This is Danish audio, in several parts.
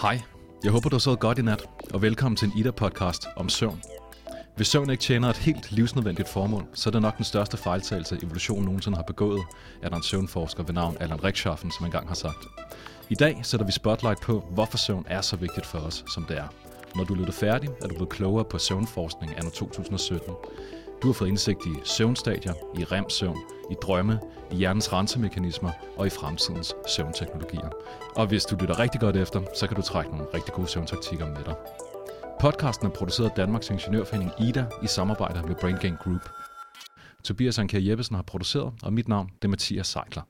Hej, jeg håber du har sovet godt i nat, og velkommen til en Ida-podcast om søvn. Hvis søvn ikke tjener et helt livsnødvendigt formål, så er det nok den største fejltagelse, evolutionen nogensinde har begået, er der en søvnforsker ved navn Alan Rechtschaffen, som engang har sagt. I dag sætter vi spotlight på, hvorfor søvn er så vigtigt for os, som det er. Når du lytter færdig, er du blevet klogere på søvnforskning anno 2017. Du har fået indsigt i søvnstadier, i REM-søvn, i drømme, i hjernens rensemekanismer og i fremtidens søvnteknologier. Og hvis du lytter rigtig godt efter, så kan du trække nogle rigtig gode søvntaktikker med dig. Podcasten er produceret af Danmarks Ingeniørforening Ida i samarbejde med Brain Gain Group. Tobias Anker Jeppesen har produceret, og mit navn er Mathias Seidler.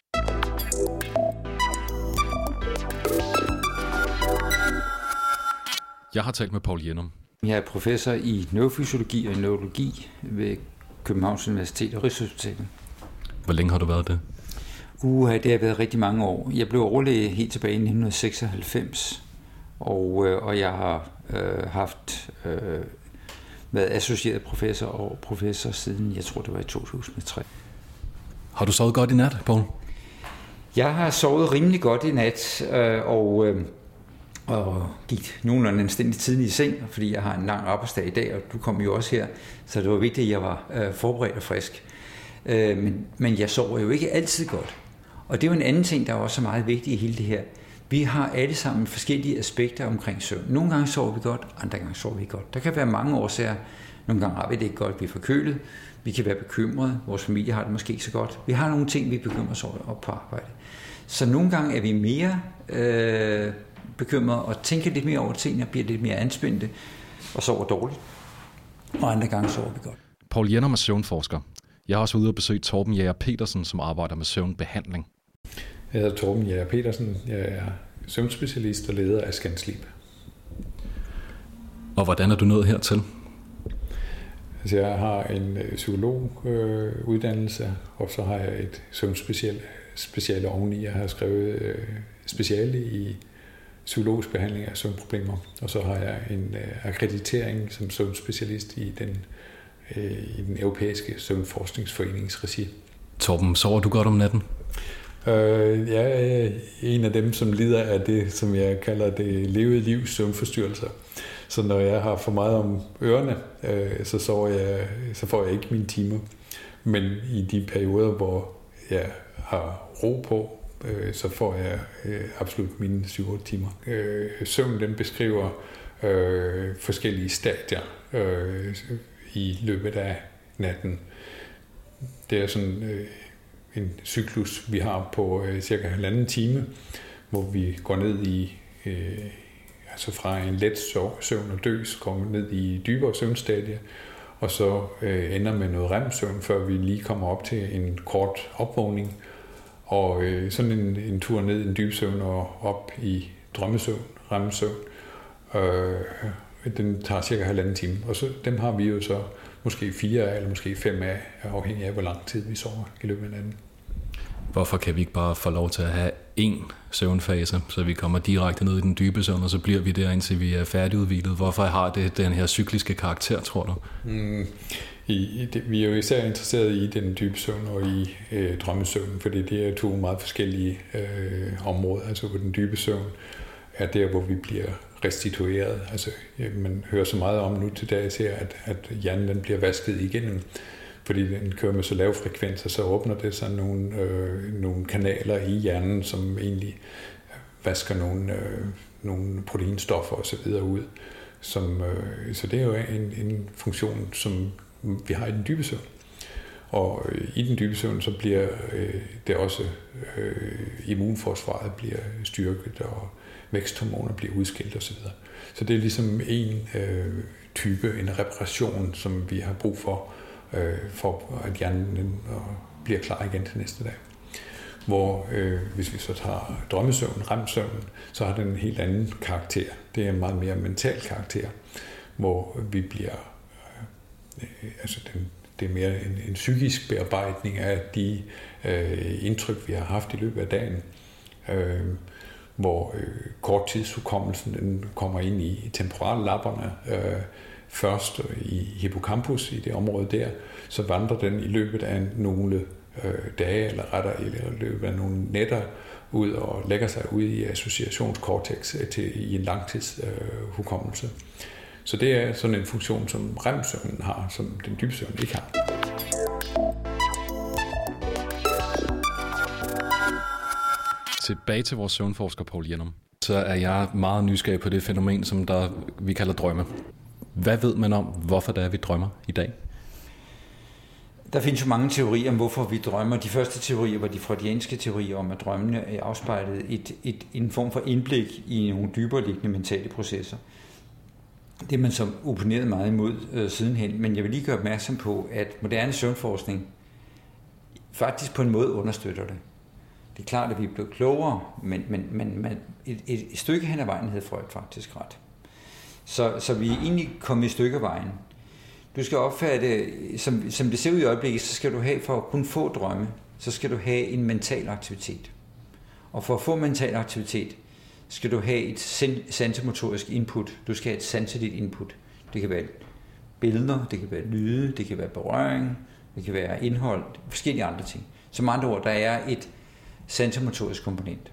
Jeg har talt med Paul Jenum. Jeg er professor i neurofysiologi og neurologi ved Københavns Universitet og Rigshospitalet. Hvor længe har du været det? Det har været rigtig mange år. Jeg blev overlæge helt tilbage i 1996, og jeg har været associeret professor og professor siden, jeg tror det var i 2003. Har du sovet godt i nat, Paul? Jeg har sovet rimelig godt i nat, og gik nogenlunde anstændigt tidligt i seng, fordi jeg har en lang arbejdsdag i dag, og du kom jo også her, så det var vigtigt, at jeg var forberedt og frisk. Men jeg sover jo ikke altid godt. Og det er jo en anden ting, der er også meget vigtig i hele det her. Vi har alle sammen forskellige aspekter omkring søvn. Nogle gange sover vi godt, andre gange sover vi ikke godt. Der kan være mange årsager. Nogle gange har vi det ikke godt, vi er forkølet. Vi kan være bekymrede. Vores familie har det måske ikke så godt. Vi har nogle ting, vi bekymrer os over på arbejde. Så nogle gange er vi mere bekymrede og tænker lidt mere over tingene og bliver lidt mere anspændte og sover dårligt. Og andre gange sover vi godt. Paul Jenum er søvnforsker. Jeg har også været ude og besøge Torben Jæger Petersen, som arbejder med søvnbehandling. Jeg hedder Torben Jæger Petersen. Jeg er søvnspecialist og leder af ScanSleep. Og hvordan er du nået hertil? Altså, jeg har en psykologuddannelse, og så har jeg et søvnspeciale oveni. Jeg har skrevet speciale i psykologisk behandling af søvnproblemer, og så har jeg en akkreditering som søvnspecialist i den europæiske søvnforskningsforenings regi. Torben, sover du godt om natten? Jeg er en af dem, som lider af det, som jeg kalder det levede livs søvnforstyrrelser. Så når jeg har for meget om ørerne, så får jeg ikke mine timer. Men i de perioder, hvor jeg har ro på, så får jeg absolut mine 7-8 timer. Søvn, den beskriver forskellige stadier i løbet af natten. Det er sådan en cyklus, vi har på cirka 1,5 time, hvor vi går ned i, altså fra en let søvn og døs, går ned i dybere søvnstadier, og så ender med noget REM-søvn, før vi lige kommer op til en kort opvågning, og sådan en tur ned i en dyb søvn og op i drømmesøvn, REM-søvn. Den tager cirka 1,5 time, og så dem har vi jo så måske 4 eller måske 5 af, afhængig af hvor lang tid vi sover i løbet af natten. Hvorfor kan vi ikke bare få lov til at have én søvnfase, så vi kommer direkte ned i den dybe søvn, og så bliver vi der, indtil vi er færdigudhvilet? Hvorfor har det den her cykliske karakter, tror du? Vi er jo især interesseret i den dybe søvn og i drømmesøvn, fordi det er 2 meget forskellige områder. Altså på den dybe søvn er der, hvor vi bliver restitueret. Altså man hører så meget om nu til dags her, at hjernen den bliver vasket igennem, fordi den kører med så lave frekvenser, så åbner det sig nogle kanaler i hjernen, som egentlig vasker nogle proteinstoffer og så videre ud. Så det er jo en funktion, som vi har i den dybe søvn. Og i den dybe søvn, så bliver det også immunforsvaret bliver styrket, og væksthormoner bliver udskilt osv. Så det er ligesom en type, en reparation, som vi har brug for at hjernen bliver klar igen til næste dag. Hvor hvis vi så tager drømmesøvn, REM-søvn, så har den en helt anden karakter. Det er en meget mere mental karakter, hvor vi bliver, det er mere en psykisk bearbejdning af de indtryk, vi har haft i løbet af dagen, hvor korttidshukommelsen den kommer ind i temporallapperne, først i hippocampus, i det område der, så vandrer den i løbet af nogle dage, eller rettere i løbet af nogle nætter, ud og lægger sig ud i associationskortex i en langtidshukommelse. Så det er sådan en funktion, som REM-søvnen har, som den dybe søvn ikke har. Tilbage til vores søvnforsker Poul Jenum. Så er jeg meget nysgerrig på det fænomen, som vi kalder drømme. Hvad ved man om, hvorfor det er, vi drømmer i dag? Der findes jo mange teorier om, hvorfor vi drømmer. De første teorier var de freudianske teorier om, at drømmene afspejlede en form for indblik i nogle dybere liggende mentale processer. Det er man så opponeret meget imod sidenhen, men jeg vil lige gøre opmærksom på, at moderne søvnforskning faktisk på en måde understøtter det. Det er klart, at vi er blevet klogere, men et stykke hen ad vejen havde Freud faktisk ret. Så vi er egentlig kommet et stykke af vejen. Du skal opfatte, som det ser ud i øjeblikket, så skal du have, for at kunne få drømme, så skal du have en mental aktivitet. Og for at få mental aktivitet, skal du have et sansemotorisk input. Du skal have et sanseligt input. Det kan være billeder, det kan være lyde, det kan være berøring, det kan være indhold, forskellige andre ting. Som andre ord, der er et sansemotorisk komponent.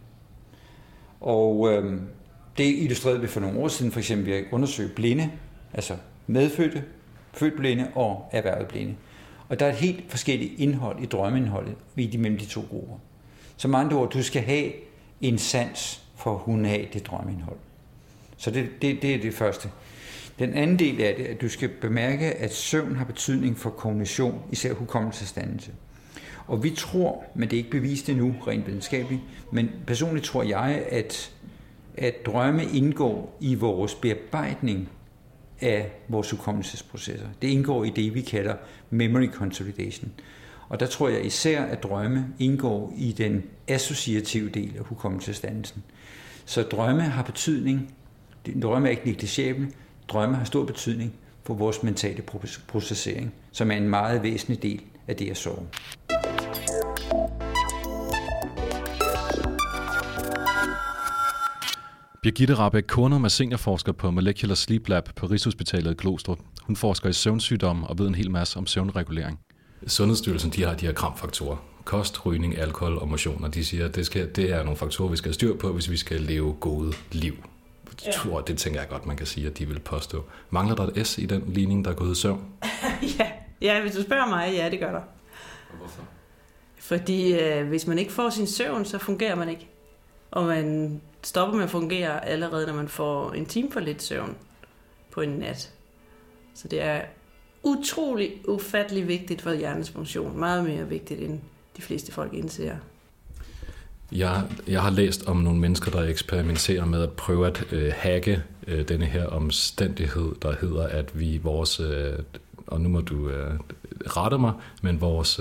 Og det illustrerede vi for nogle år siden, for eksempel ved at undersøge blinde, altså medfødte, født blinde og erhvervet blinde. Og der er et helt forskelligt indhold i drømmeindholdet mellem de to grupper. Som andre ord, du skal have en sans for at kunne have det drømmeindhold. Så det er det første. Den anden del af det, at du skal bemærke, at søvn har betydning for kognition, især hukommelsesdannelse. Og vi tror, men det er ikke bevist endnu rent videnskabeligt, men personligt tror jeg, at drømme indgår i vores bearbejdning af vores hukommelsesprocesser. Det indgår i det, vi kalder memory consolidation. Og der tror jeg især, at drømme indgår i den associative del af hukommelsesdannelsen. Så drømme har betydning. Drømme er ikke negligeable. Drømme har stor betydning for vores mentale processering, som er en meget væsentlig del af det at sove. Birgitte Rahbek Kornum er seniorforsker på Molecular Sleep Lab på Rigshospitalet i Glostrup. Hun forsker i søvnsygdomme og ved en hel masse om søvnregulering. Sundhedsstyrelsen de har de her kramfaktorer. Kost, rygning, alkohol og motion. Og de siger, at det er nogle faktorer, vi skal have styr på, hvis vi skal leve gode liv. Det tænker jeg godt, man kan sige, at de vil påstå. Mangler der et S i den ligning, der er gået i søvn? Ja, hvis du spørger mig, ja, det gør der. Og hvorfor? Fordi hvis man ikke får sin søvn, så fungerer man ikke. Og man stopper med at fungere allerede, når man får en time for lidt søvn på en nat. Så det er utrolig ufattelig vigtigt for hjernens funktion. Meget mere vigtigt, end de fleste folk indser. Jeg har læst om nogle mennesker, der eksperimenterer med at prøve at hacke denne her omstændighed, der hedder, at vi vores, og nu må du rette mig, men vores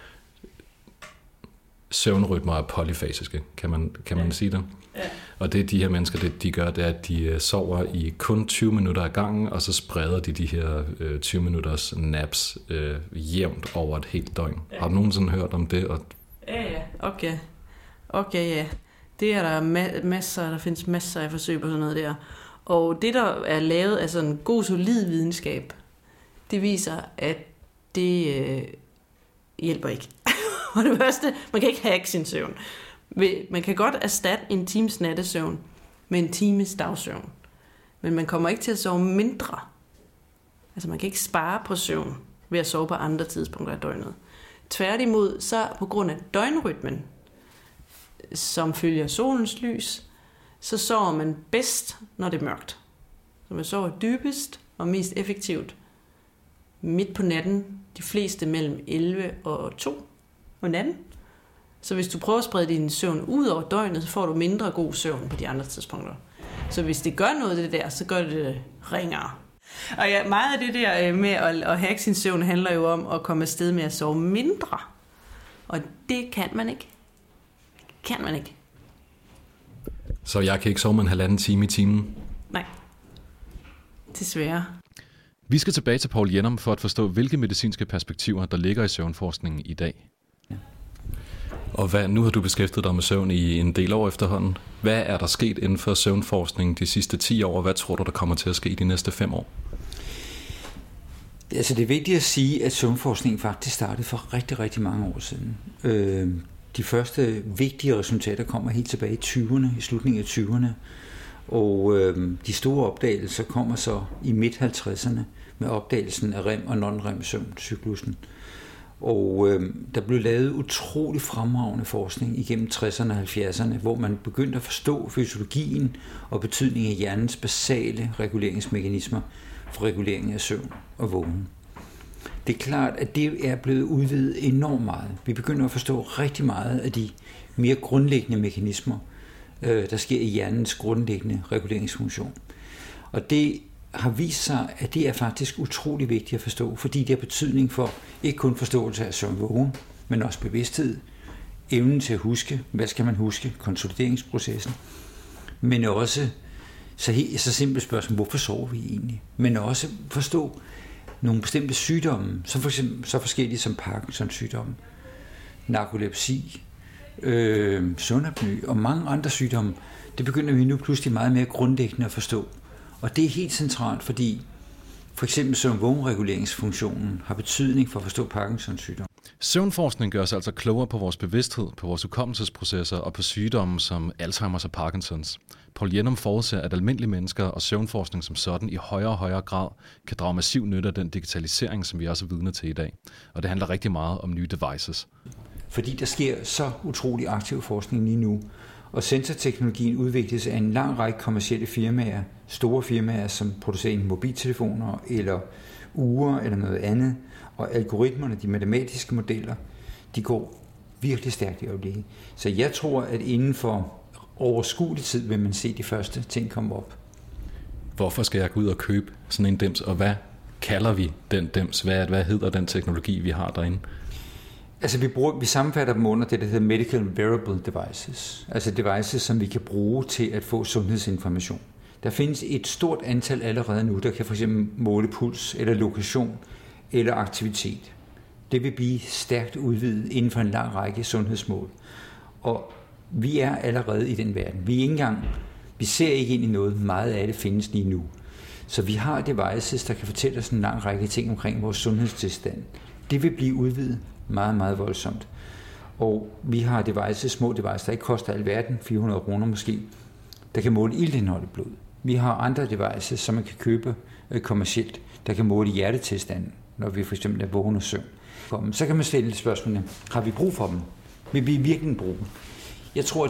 søvnrytmer er polyfasiske. Kan man sige det? Ja. Og det de her mennesker, det de gør, det er, at de sover i kun 20 minutter ad gangen, og så spreder de her 20 minutters naps jævnt over et helt døgn. Ja. Har du nogensinde hørt om det? Ja, okay, ja. Det er der findes masser af forsøg på sådan noget der. Og det, der er lavet af sådan en god, solid videnskab, det viser, at det hjælper ikke. Og det første, man kan ikke hacke sin søvn. Man kan godt erstatte en times nattesøvn med en times dagsøvn. Men man kommer ikke til at sove mindre. Altså man kan ikke spare på søvn ved at sove på andre tidspunkter af døgnet. Tværtimod, så på grund af døgnrytmen, som følger solens lys, så sover man bedst, når det er mørkt. Så man sover dybest og mest effektivt midt på natten, de fleste mellem 11 og 2 om natten. Så hvis du prøver at sprede din søvn ud over døgnet, så får du mindre god søvn på de andre tidspunkter. Så hvis det gør noget det der, så gør det ringere. Og ja, meget af det der med at hacke sin søvn handler jo om at komme afsted med at sove mindre. Og det kan man ikke. Så jeg kan ikke sove med 1,5 time i timen? Nej, desværre. Vi skal tilbage til Poul Jenum for at forstå, hvilke medicinske perspektiver, der ligger i søvnforskningen i dag. Og nu har du beskæftiget dig med søvn i en del år efterhånden. Hvad er der sket inden for søvnforskningen de sidste 10 år, og hvad tror du, der kommer til at ske de næste 5 år? Altså det er vigtigt at sige, at søvnforskningen faktisk startede for rigtig, rigtig mange år siden. De første vigtige resultater kommer helt tilbage i 20'erne, i slutningen af 20'erne. Og de store opdagelser kommer så i midt-50'erne med opdagelsen af REM og non-REM søvncyklussen. Og der blev lavet utrolig fremragende forskning igennem 60'erne og 70'erne, hvor man begyndte at forstå fysiologien og betydningen af hjernens basale reguleringsmekanismer for regulering af søvn og vågen. Det er klart, at det er blevet udvidet enormt meget. Vi begynder at forstå rigtig meget af de mere grundlæggende mekanismer, der sker i hjernens grundlæggende reguleringsfunktion. Og det har vist sig, at det er faktisk utrolig vigtigt at forstå, fordi det har betydning for ikke kun forståelse af søvn-vågen, men også bevidsthed, evnen til at huske, hvad skal man huske, konsolideringsprocessen, men også så simpelt spørgsmål, hvorfor sover vi egentlig? Men også forstå nogle bestemte sygdomme, som for eksempel så forskellige som Parkinsons sygdomme, narkolepsi, søvnapnø og mange andre sygdomme. Det begynder vi nu pludselig meget mere grundlæggende at forstå. Og det er helt centralt, fordi for eksempel søvn-vågen-reguleringsfunktionen har betydning for at forstå Parkinsons sygdom. Søvnforskning gør os altså klogere på vores bevidsthed, på vores hukommelsesprocesser og på sygdomme som Alzheimer's og Parkinsons. Paul Hjenum forudser, at almindelige mennesker og søvnforskning som sådan i højere og højere grad kan drage massiv nytte af den digitalisering, som vi også er vidne til i dag. Og det handler rigtig meget om nye devices. Fordi der sker så utrolig aktiv forskning lige nu, og sensorteknologien udvikles af en lang række kommercielle firmaer, store firmaer, som producerer mobiltelefoner eller ure eller noget andet, og algoritmerne, de matematiske modeller, de går virkelig stærkt i øjeblikket. Så jeg tror, at inden for overskuelig tid vil man se de første ting komme op. Hvorfor skal jeg gå ud og købe sådan en dims, og hvad kalder vi den dims? Hvad hedder den teknologi, vi har derinde? Altså vi sammenfatter dem under det, der hedder Medical Wearable Devices. Altså devices, som vi kan bruge til at få sundhedsinformation. Der findes et stort antal allerede nu, der kan for eksempel måle puls, eller lokation, eller aktivitet. Det vil blive stærkt udvidet inden for en lang række sundhedsmål. Og vi er allerede i den verden. Vi ser ikke ind i noget. Meget af det findes lige nu. Så vi har devices, der kan fortælle os en lang række ting omkring vores sundhedstilstand. Det vil blive udvidet meget, meget voldsomt. Og vi har devices, små devices, der ikke koster alverden, 400 kroner måske, der kan måle iltindhold i blod. Vi har andre devices, som man kan købe kommercielt, der kan måle hjertetilstanden, når vi for eksempel er vågen og søvn. Så kan man stille spørgsmålene, har vi brug for dem? Vil vi virkelig bruge dem? Jeg tror,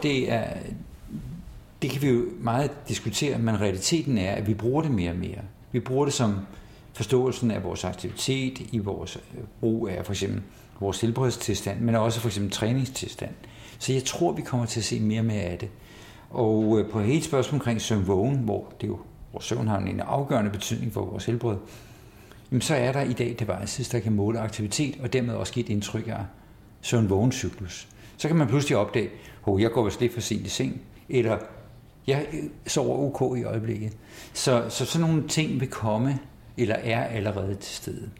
det kan vi jo meget diskutere, men realiteten er, at vi bruger det mere og mere. Vi bruger det som forståelsen af vores aktivitet, i vores brug af for eksempel vores helbredstilstand, men også for eksempel træningstilstand. Så jeg tror, vi kommer til at se mere og mere af det. Og på hele spørgsmål omkring søvn-vågen, hvor vores søvn har en afgørende betydning for vores helbred, så er der i dag devices, der kan måle aktivitet, og dermed også give et indtryk af søvn-vågen-cyklus. Så kan man pludselig opdage, jeg går vist lidt for sent i seng, eller jeg sover ok i øjeblikket. Så sådan nogle ting vil komme, eller er allerede til stede.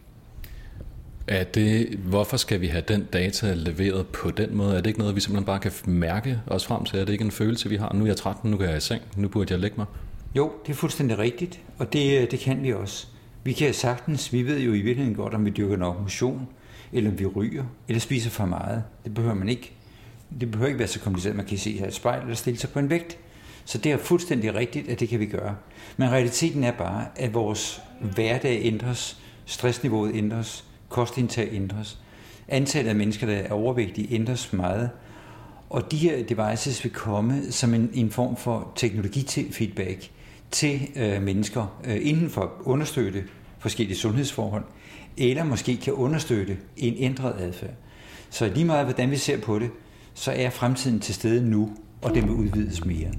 Hvorfor skal vi have den data leveret på den måde? Er det ikke noget, vi simpelthen bare kan mærke os frem til? Er det ikke en følelse, vi har? Nu er jeg træt, nu går jeg i seng, nu burde jeg lægge mig. Jo, det er fuldstændig rigtigt, og det kan vi også. Vi kan sagtens, vi ved jo i virkeligheden godt, om vi dyrker nok motion, eller om vi ryger, eller spiser for meget. Det behøver man ikke. Det behøver ikke være så kompliceret, man kan se her et spejl, eller stille sig på en vægt. Så det er fuldstændig rigtigt, at det kan vi gøre. Men realiteten er bare, at vores hverdag ændres, stressniveauet ændres, kostindtag ændres, antallet af mennesker, der er overvægtige, ændres meget. Og de her devices vil komme som en form for teknologifeedback til mennesker, enten for at understøtte forskellige sundhedsforhold, eller måske kan understøtte en ændret adfærd. Så lige meget hvordan vi ser på det, så er fremtiden til stede nu, og den vil udvides mere.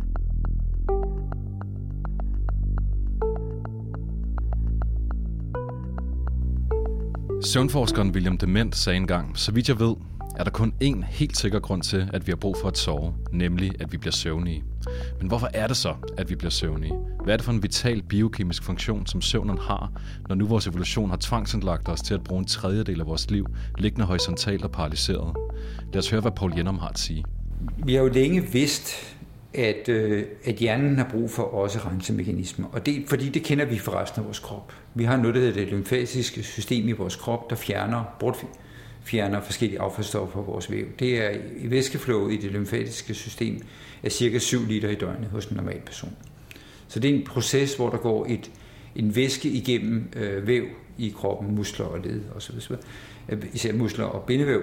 Søvnforskeren William Dement sagde engang, så vidt jeg ved, er der kun én helt sikker grund til, at vi har brug for at sove, nemlig at vi bliver søvnige. Men hvorfor er det så, at vi bliver søvnige? Hvad er det for en vital biokemisk funktion, som søvnen har, når nu vores evolution har tvangsindlagt os til at bruge en tredjedel af vores liv, liggende horisontalt og paralyseret? Lad os høre, hvad Paul Hjenum har at sige. Vi har jo længe vidst, at hjernen har brug for også rensemekanismer, og det fordi det kender vi fra resten af vores krop. Vi har noget, der hedder det lymfatiske system i vores krop, der fjerner forskellige affaldsstoffer fra vores væv. Det er i væskeflowet i det lymfatiske system er cirka 7 liter i døgnet hos en normal person. Så det er en proces, hvor der går en væske igennem væv i kroppen, muskler og led osv., især muskler og bindevæv,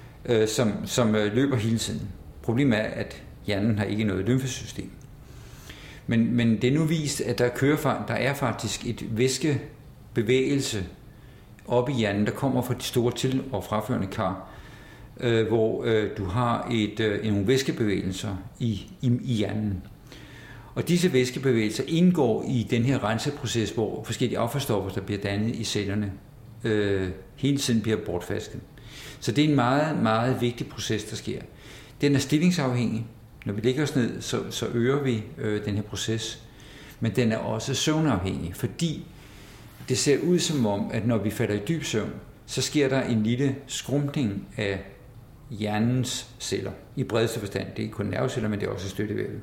som løber hele tiden. Problemet er, at hjernen har ikke noget lymfesystem. Men det er nu vist, at der er faktisk et væskebevægelse op i hjernen, der kommer fra de store til- og fraførende kar, hvor du har nogle væskebevægelser i hjernen. Og disse væskebevægelser indgår i den her renseproces, hvor forskellige affaldsstoffer, der bliver dannet i cellerne, hele tiden bliver bortfasket. Så det er en meget, meget vigtig proces, der sker. Den er stillingsafhængig. Når vi lægger os ned, så øger vi den her proces. Men den er også søvnafhængig, fordi det ser ud som om, at når vi falder i dyb søvn, så sker der en lille skrumpning af hjernens celler. I bredeste forstand. Det er ikke kun nerveceller, men det er også støttevævet.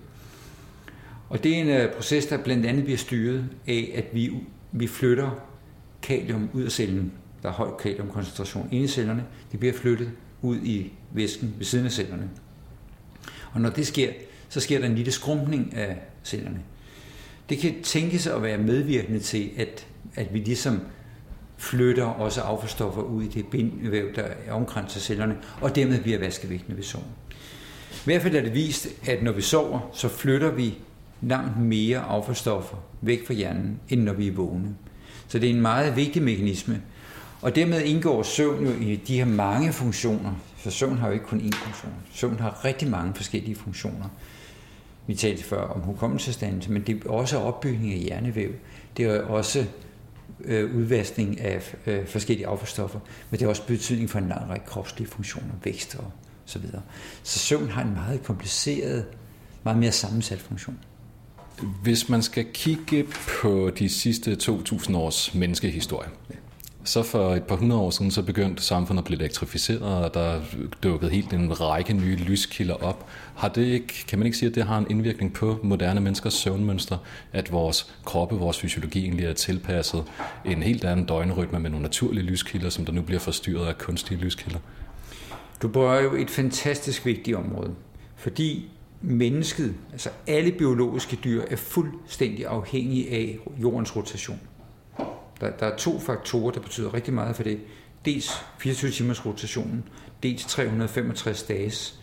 Og det er en proces, der blandt andet bliver styret af, at vi flytter kalium ud af cellen. Der er høj kaliumkoncentration inde i cellerne. Det bliver flyttet ud i væsken ved siden af cellerne. Og når det sker, så sker der en lille skrumpning af cellerne. Det kan tænkes at være medvirkende til, at vi ligesom flytter også affaldsstoffer ud i det bindvæv, der omkranser cellerne, og dermed bliver vaskevægtene ved soven. I hvert fald er det vist, at når vi sover, så flytter vi langt mere affaldsstoffer væk fra hjernen, end når vi er vågne. Så det er en meget vigtig mekanisme. Og dermed indgår søvn jo i de her mange funktioner. For søvn har jo ikke kun én funktion. Søvn har rigtig mange forskellige funktioner. Vi talte før om hukommelsesdannelse, men det er også opbygning af hjernevæv. Det er også udvaskning af forskellige affaldsstoffer, men det er også betydning for en lang række kropslige funktioner, vækst og så videre. Så søvn har en meget kompliceret, meget mere sammensat funktion. Hvis man skal kigge på de sidste 2000 års menneskehistorie, så for et par hundrede år siden, så begyndte samfundet at blive elektrificeret, og der dukkede helt en række nye lyskilder op. Kan man ikke sige, at det har en indvirkning på moderne menneskers søvnmønstre, at vores kroppe, vores fysiologi egentlig er tilpasset en helt anden døgnrytme med nogle naturlige lyskilder, som der nu bliver forstyrret af kunstige lyskilder? Du berører jo et fantastisk vigtigt område, fordi mennesket, altså alle biologiske dyr, er fuldstændig afhængige af jordens rotation. Der er 2 faktorer, der betyder rigtig meget for det. Dels 24 timers rotationen, dels 365 dages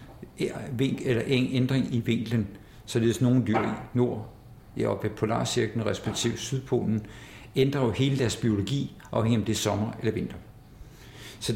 ændring i vinklen, således nogle dyr i nord, oppe ved polarcirklen, respektive Sydpolen, ændrer jo hele deres biologi, afhængig om det er sommer eller vinter. Så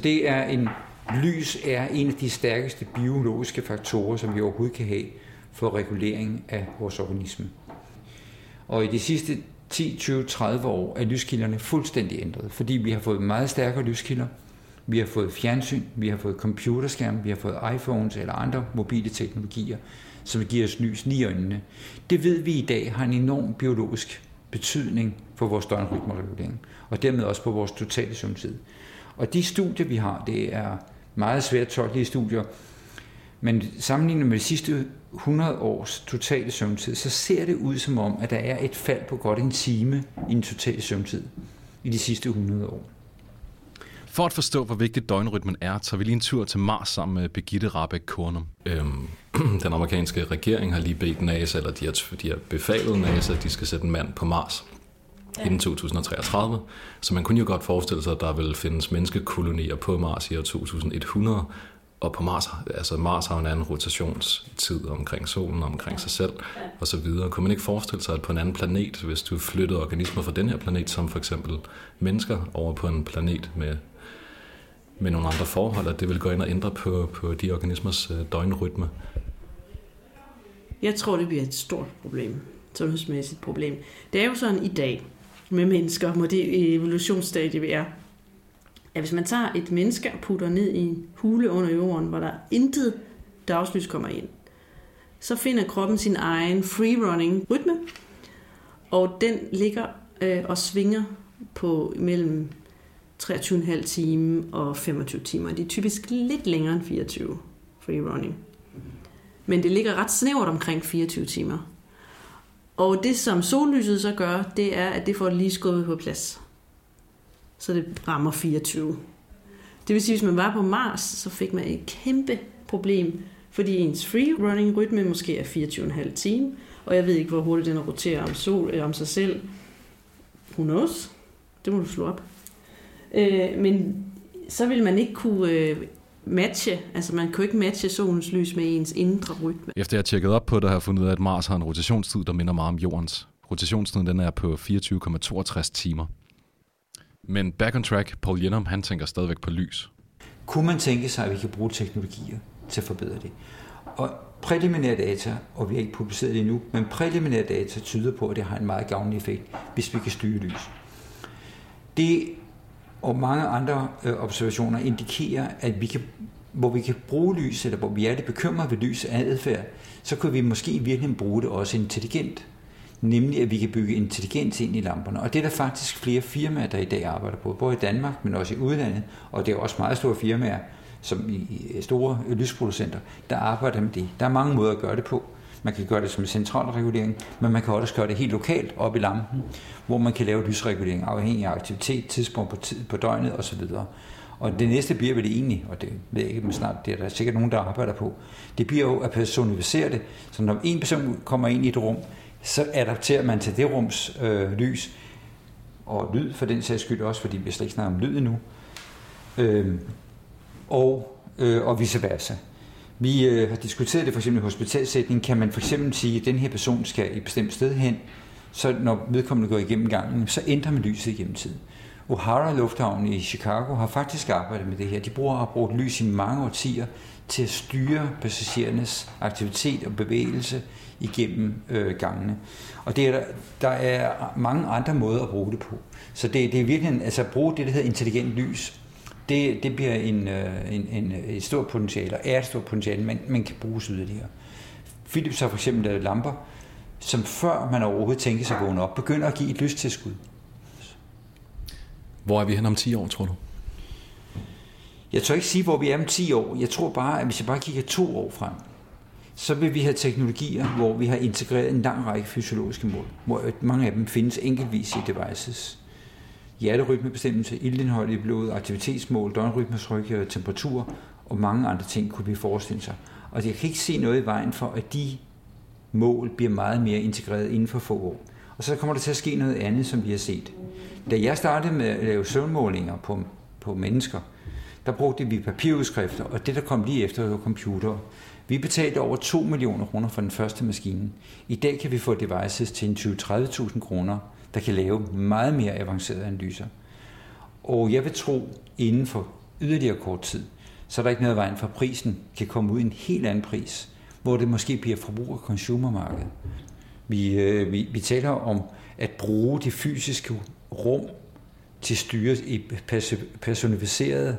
lys er en af de stærkeste biologiske faktorer, som vi overhovedet kan have for regulering af vores organisme. Og i de sidste 10, 20, 30 år er lyskilderne fuldstændig ændret, fordi vi har fået meget stærkere lyskilder, vi har fået fjernsyn, vi har fået computerskærm, vi har fået iPhones eller andre mobile teknologier, som giver os lys i øjnene. Det ved vi i dag har en enorm biologisk betydning for vores døgnrytmeregulering, og dermed også på vores totale søvntid. Og de studier, vi har, det er meget svært tolkelige studier, men sammenlignet med de sidste 100 års totale søvntid, så ser det ud som om, at der er et fald på godt en time i en total søvntid i de sidste 100 år. For at forstå, hvor vigtig døgnrytmen er, tager vi lige en tur til Mars sammen med Birgitte Rahbek Cornum. Den amerikanske regering har lige bedt NASA, eller de har befalet NASA, at de skal sætte en mand på Mars inden 2033. Så man kunne jo godt forestille sig, at der vil findes menneskekolonier på Mars i år 2100. Og på Mars, altså Mars har en anden rotationstid omkring solen, omkring sig selv og så videre. Kunne man ikke forestille sig, at på en anden planet, hvis du flyttede organismer fra den her planet, som for eksempel mennesker, over på en planet med nogle andre forhold, at det vil gå ind og ændre på de organismers døgnrytme? Jeg tror, det bliver et stort problem, sundhedsmæssigt problem. Det er jo sådan i dag med mennesker, må det evolutionsstadie vi er, at hvis man tager et menneske og putter ned i en hule under jorden, hvor der intet dagslys kommer ind, så finder kroppen sin egen free-running rytme, og den ligger og svinger på mellem 23,5 timer og 25 timer. Det er typisk lidt længere end 24 free-running. Men det ligger ret snævert omkring 24 timer. Og det, som sollyset så gør, det er, at det får lige skubbet på plads. Så det rammer 24. Det vil sige, at hvis man var på Mars, så fik man et kæmpe problem, fordi ens free-running-rytme måske er 24,5 timer, og jeg ved ikke, hvor hurtigt den roterer om sig selv. Who knows? Det må du slå op. Men så vil man ikke kunne matche, altså man kan ikke matche solens lys med ens indre rytme. Efter jeg har tjekket op på det, har jeg fundet ud af, at Mars har en rotationstid, der minder meget om Jordens. Rotationstiden den er på 24,62 timer. Men back on track, Paul Jenum, han tænker stadigvæk på lys. Kunne man tænke sig, at vi kan bruge teknologier til at forbedre det? Og præliminære data, og vi har ikke publiceret det endnu, men præliminære data tyder på, at det har en meget gavnlig effekt, hvis vi kan styre lys. Det og mange andre observationer indikerer, at hvor vi kan bruge lys, eller hvor vi er lidt bekymret ved lys af adfærd, så kunne vi måske i virkeligheden bruge det også intelligent. Nemlig, at vi kan bygge intelligens ind i lamperne. Og det er der faktisk flere firmaer, der i dag arbejder på, både i Danmark, men også i udlandet. Og det er også meget store firmaer, som i store lysproducenter, der arbejder med det. Der er mange måder at gøre det på. Man kan gøre det som en central regulering, men man kan også gøre det helt lokalt op i lampen, hvor man kan lave lysregulering afhængig af aktivitet, tidspunkt på døgnet osv. Og det næste bliver vel det egentlig, og det ved jeg ikke, men snart det er der sikkert nogen, der arbejder på, det bliver jo at personificere det, så når en person kommer ind i et rum, så adapterer man til det rums lys, og lyd for den sags skyld også, fordi vi slet ikke snakker om lyd endnu, og vice versa. Vi har diskuteret det for eksempel i hospitalsætning. Kan man for eksempel sige, at den her person skal et bestemt sted hen, så når vedkommende går igennem gangen, så ændrer man lyset igennem tiden. O'Hare Lufthavn i Chicago har faktisk arbejdet med det her. De har brugt lys i mange årtier til at styre passagerernes aktivitet og bevægelse igennem gangene. Og der er mange andre måder at bruge det på. Så det er virkelig altså at bruge det, der hedder intelligent lys. Det bliver et stort potentiale, og er et stort potentiale, man kan bruge yderligere. Philips har for eksempel lavet lamper, som før man overhovedet tænker sig at vågne op, begynder at give et lystilskud. Hvor er vi hen om 10 år, tror du? Jeg tør ikke sige, hvor vi er om 10 år. Jeg tror bare, at hvis jeg bare kigger 2 år frem, så vil vi have teknologier, hvor vi har integreret en lang række fysiologiske mål, hvor mange af dem findes enkeltvis i devices. Hjerterytmebestemmelse, iltindhold i blodet, aktivitetsmål, døgnrytmeryk, temperatur og mange andre ting kunne vi forestille sig. Og jeg kan ikke se noget i vejen for, at de mål bliver meget mere integreret inden for få år. Og så kommer der til at ske noget andet, som vi har set. Da jeg startede med at lave søvnmålinger på mennesker, der brugte vi papirudskrifter, og det der kom lige efter var computer. Vi betalte over 2 millioner kroner for den første maskine. I dag kan vi få devices til 20-30.000 kroner, der kan lave meget mere avancerede analyser. Og jeg vil tro, inden for yderligere kort tid, så er der ikke noget vejen for prisen kan komme ud i en helt anden pris, hvor det måske bliver forbruger- og consumermarked. Vi taler om at bruge det fysiske rum til at styre i personificerede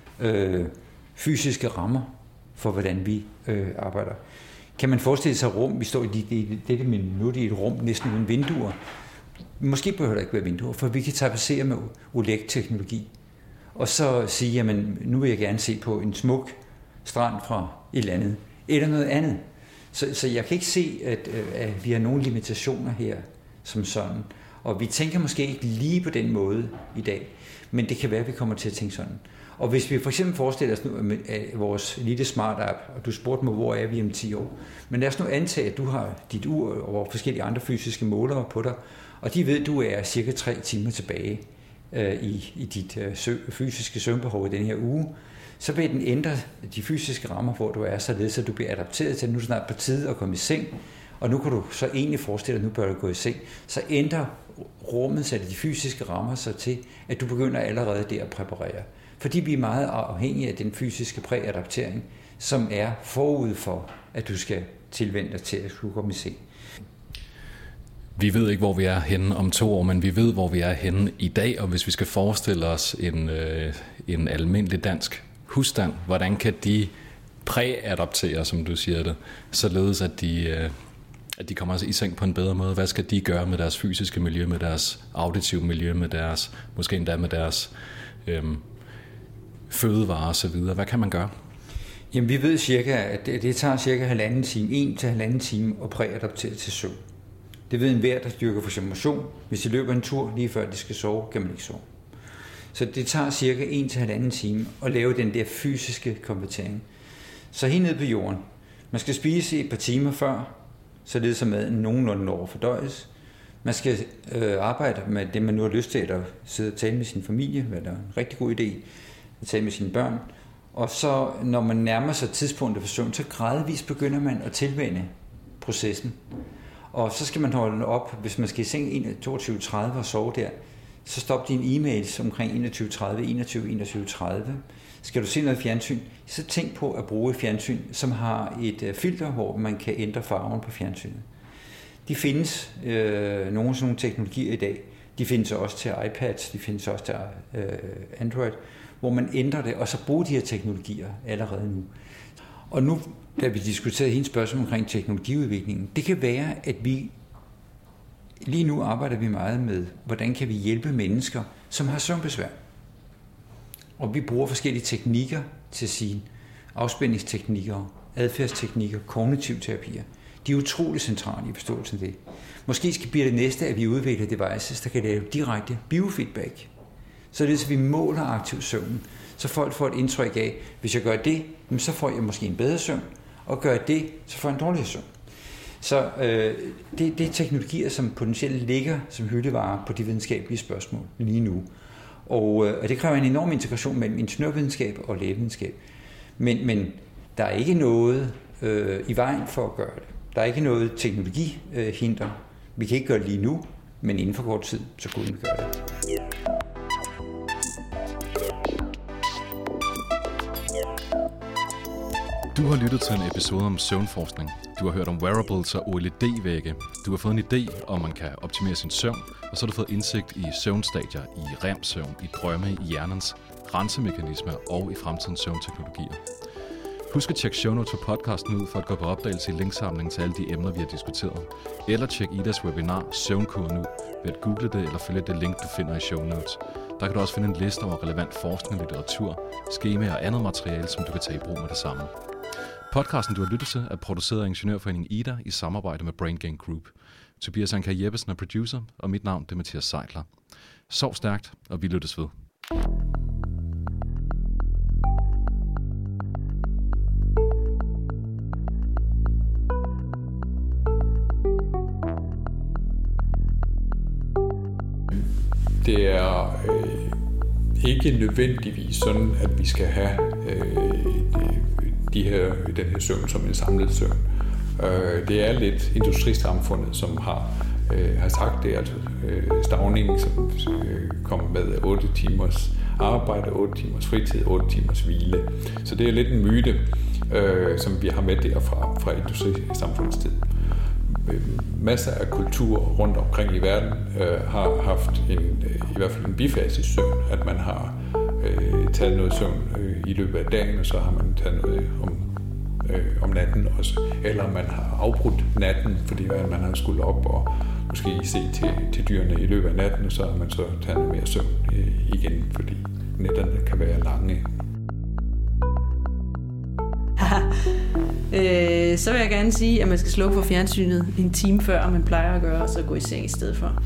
fysiske rammer for, hvordan vi arbejder. Kan man forestille sig rum, vi står i dette minut i et rum næsten uden vinduer. Måske behøver der ikke være vinduer, for vi kan tapetsere med OLED-teknologi. Og så sige, jamen nu vil jeg gerne se på en smuk strand fra et eller andet, eller noget andet. Så jeg kan ikke se, at vi har nogle limitationer her som sådan. Og vi tænker måske ikke lige på den måde i dag, men det kan være, at vi kommer til at tænke sådan. Og hvis vi for eksempel forestiller os nu vores lille smart app, og du spurgte mig, hvor er vi om 10 år, men lad os nu antage, at du har dit ur og forskellige andre fysiske målere på dig, og de ved, at du er cirka 3 timer tilbage i dit fysiske søvnbehov i den her uge, så vil den ændre de fysiske rammer, hvor du er, således at du bliver adapteret til, at nu er snart på tide at komme i seng, og nu kan du så egentlig forestille dig, at nu bør du gå i seng. Så ændrer rummet, så de fysiske rammer sig til, at du begynder allerede der at præparere. Fordi vi er meget afhængige af den fysiske præadaptering, som er forud for, at du skal tilvende dig til at skulle komme i seng. Vi ved ikke, hvor vi er henne om 2 år, men vi ved, hvor vi er henne i dag, og hvis vi skal forestille os en almindelig dansk husstand, hvordan kan de præadaptere, som du siger det, således at de kommer i seng på en bedre måde? Hvad skal de gøre med deres fysiske miljø, med deres auditive miljø, med deres, måske endda med deres fødevarer osv.? Hvad kan man gøre? Jamen vi ved cirka, at det tager cirka 1 til 1,5 time at præadaptere til søvn. Det ved enhver, der dyrker for eksempel motion. Hvis de løber en tur lige før de skal sove, kan man ikke sove. Så det tager cirka 1-1,5 time at lave den der fysiske konvertering. Så helt ned på jorden. Man skal spise et par timer før, således at maden nogenlunde når fordøjes. Man skal arbejde med det, man nu har lyst til, at sidde og tale med sin familie, hvad der er en rigtig god idé, at tale med sine børn. Og så, når man nærmer sig tidspunktet for søvn, så gradvist begynder man at tilvænne processen. Og så skal man holde op, hvis man skal i seng 22.30 og sove der, så stop dine e-mails omkring 21.30. Skal du se noget fjernsyn, så tænk på at bruge et fjernsyn, som har et filter, hvor man kan ændre farven på fjernsynet. De findes nogle sådan nogle teknologier i dag. De findes også til iPads, de findes også til Android, hvor man ændrer det, og så bruger de her teknologier allerede nu. Og nu, da vi diskuterede hele spørgsmål omkring teknologiudviklingen, det kan være, at vi lige nu arbejder vi meget med, hvordan kan vi hjælpe mennesker, som har søvnbesvær. Og vi bruger forskellige teknikker til sin afspændingsteknikker, adfærdsteknikker, kognitiv terapier. De er utrolig centrale i forståelsen af det. Måske bliver det næste, at vi udvikler devices, der kan lave direkte biofeedback. Så det er, at vi måler aktiv søvn, så folk får et indtryk af, hvis jeg gør det, så får jeg måske en bedre søvn, og gør jeg det, så får jeg en dårligere søvn. Så det er teknologier, som potentielt ligger som hyldevare på de videnskabelige spørgsmål lige nu. Og det kræver en enorm integration mellem ingeniørvidenskab og lægevidenskab. Men der er ikke noget i vejen for at gøre det. Der er ikke noget teknologihinder. Vi kan ikke gøre det lige nu, men inden for kort tid, så kunne vi gøre det. Du har lyttet til en episode om søvnforskning. Du har hørt om wearables og OLED-vægge. Du har fået en idé om, man kan optimere sin søvn, og så har du fået indsigt i søvnstadier, i REM-søvn, i drømme, i hjernens rensemekanismer og i fremtidens søvnteknologier. Husk at tjekke show notes for podcasten ud for at gå på opdagelse i linksamlingen til alle de emner, vi har diskuteret. Eller tjek Idas webinar Søvnkoden ud ved at google det eller følge det link, du finder i show notes. Der kan du også finde en liste over relevant forskning, litteratur, skemaer og andet materiale, som du kan tage i brug med det samme. Podcasten, du har lyttet til, er produceret af Ingeniørforeningen Ida i samarbejde med Brain Gain Group. Tobias Anker Jeppesen er producer, og mit navn er Mathias Seidler. Sov stærkt, og vi lyttes ved. Det er ikke nødvendigvis sådan, at vi skal have den her søvn som en samlet søvn. Det er lidt industrisamfundet, som har sagt det, altså Stauning, som kom med 8 timers arbejde, 8 timers fritid, 8 timers hvile. Så det er lidt en myte, som vi har med derfra fra industrisamfundets tid. Masser af kulturer rundt omkring i verden har haft i hvert fald en bifasis søvn, at man har taget noget søvn i løbet af dagen, og så har man taget noget om natten også. Eller man har afbrudt natten, fordi man har skulle op og måske se til dyrene i løbet af natten, og så har man så taget noget mere søvn igen, fordi nætterne kan være lange. Så vil jeg gerne sige, at man skal slukke for fjernsynet en time før, man plejer at gøre, og så gå i seng i stedet for.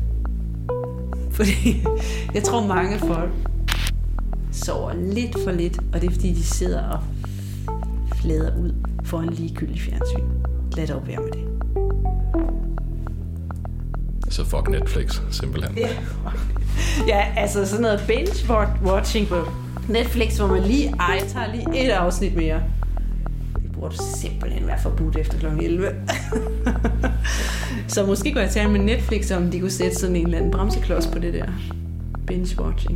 Fordi jeg tror, mange folk sover lidt for lidt, og det er fordi, de sidder og flæder ud for en ligegyldig fjernsyn. Lad dog være med det. Så fuck Netflix, simpelthen. Ja, altså sådan noget binge-watching på Netflix, hvor man jeg tager lige et afsnit mere. Det burde simpelthen være forbudt efter kl. 11. Så måske kunne jeg tale med Netflix, om de kunne sætte sådan en eller anden bremseklods på det der binge-watching.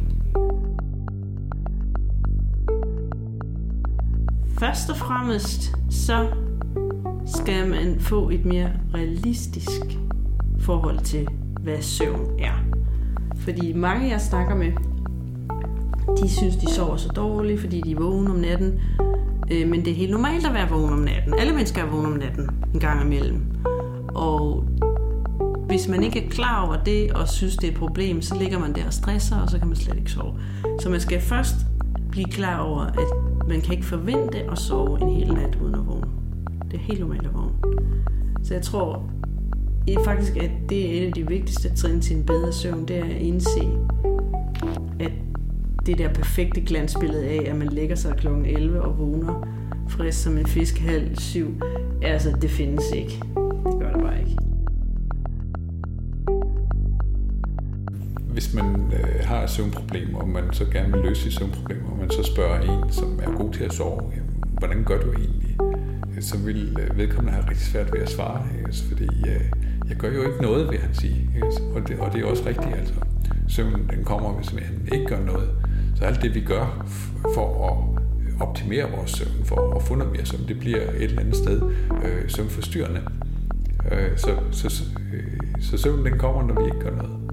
Først og fremmest, så skal man få et mere realistisk forhold til, hvad søvn er. Fordi mange, jeg snakker med, de synes, de sover så dårligt, fordi de er vågne om natten. Men det er helt normalt at være vågen om natten. Alle mennesker er vågne om natten en gang imellem. Og hvis man ikke er klar over det, og synes, det er et problem, så ligger man der og stresser, og så kan man slet ikke sove. Så man skal først blive klar over, at man kan ikke forvente at sove en hel nat uden at vågne. Det er helt normalt at vågne. Så jeg tror faktisk, at det er et af de vigtigste trin til en bedre søvn, det er at indse, at det der perfekte glansbillede af, at man lægger sig kl. 11 og vågner frisk som en fisk 6:30, altså det findes ikke. Det gør det bare ikke. Hvis man har søvnproblemer, og man så gerne vil løse sine søvnproblemer, og man så spørger en, som er god til at sove, jamen, hvordan gør du egentlig? Så vil vedkommende have rigtig svært ved at svare, fordi jeg gør jo ikke noget, vil han sige. Og det er også rigtigt, altså. Søvnen den kommer, hvis man ikke gør noget. Så alt det, vi gør for at optimere vores søvn, for at få noget mere søvn, det bliver et eller andet sted søvnforstyrrende. Så søvnen den kommer, når vi ikke gør noget.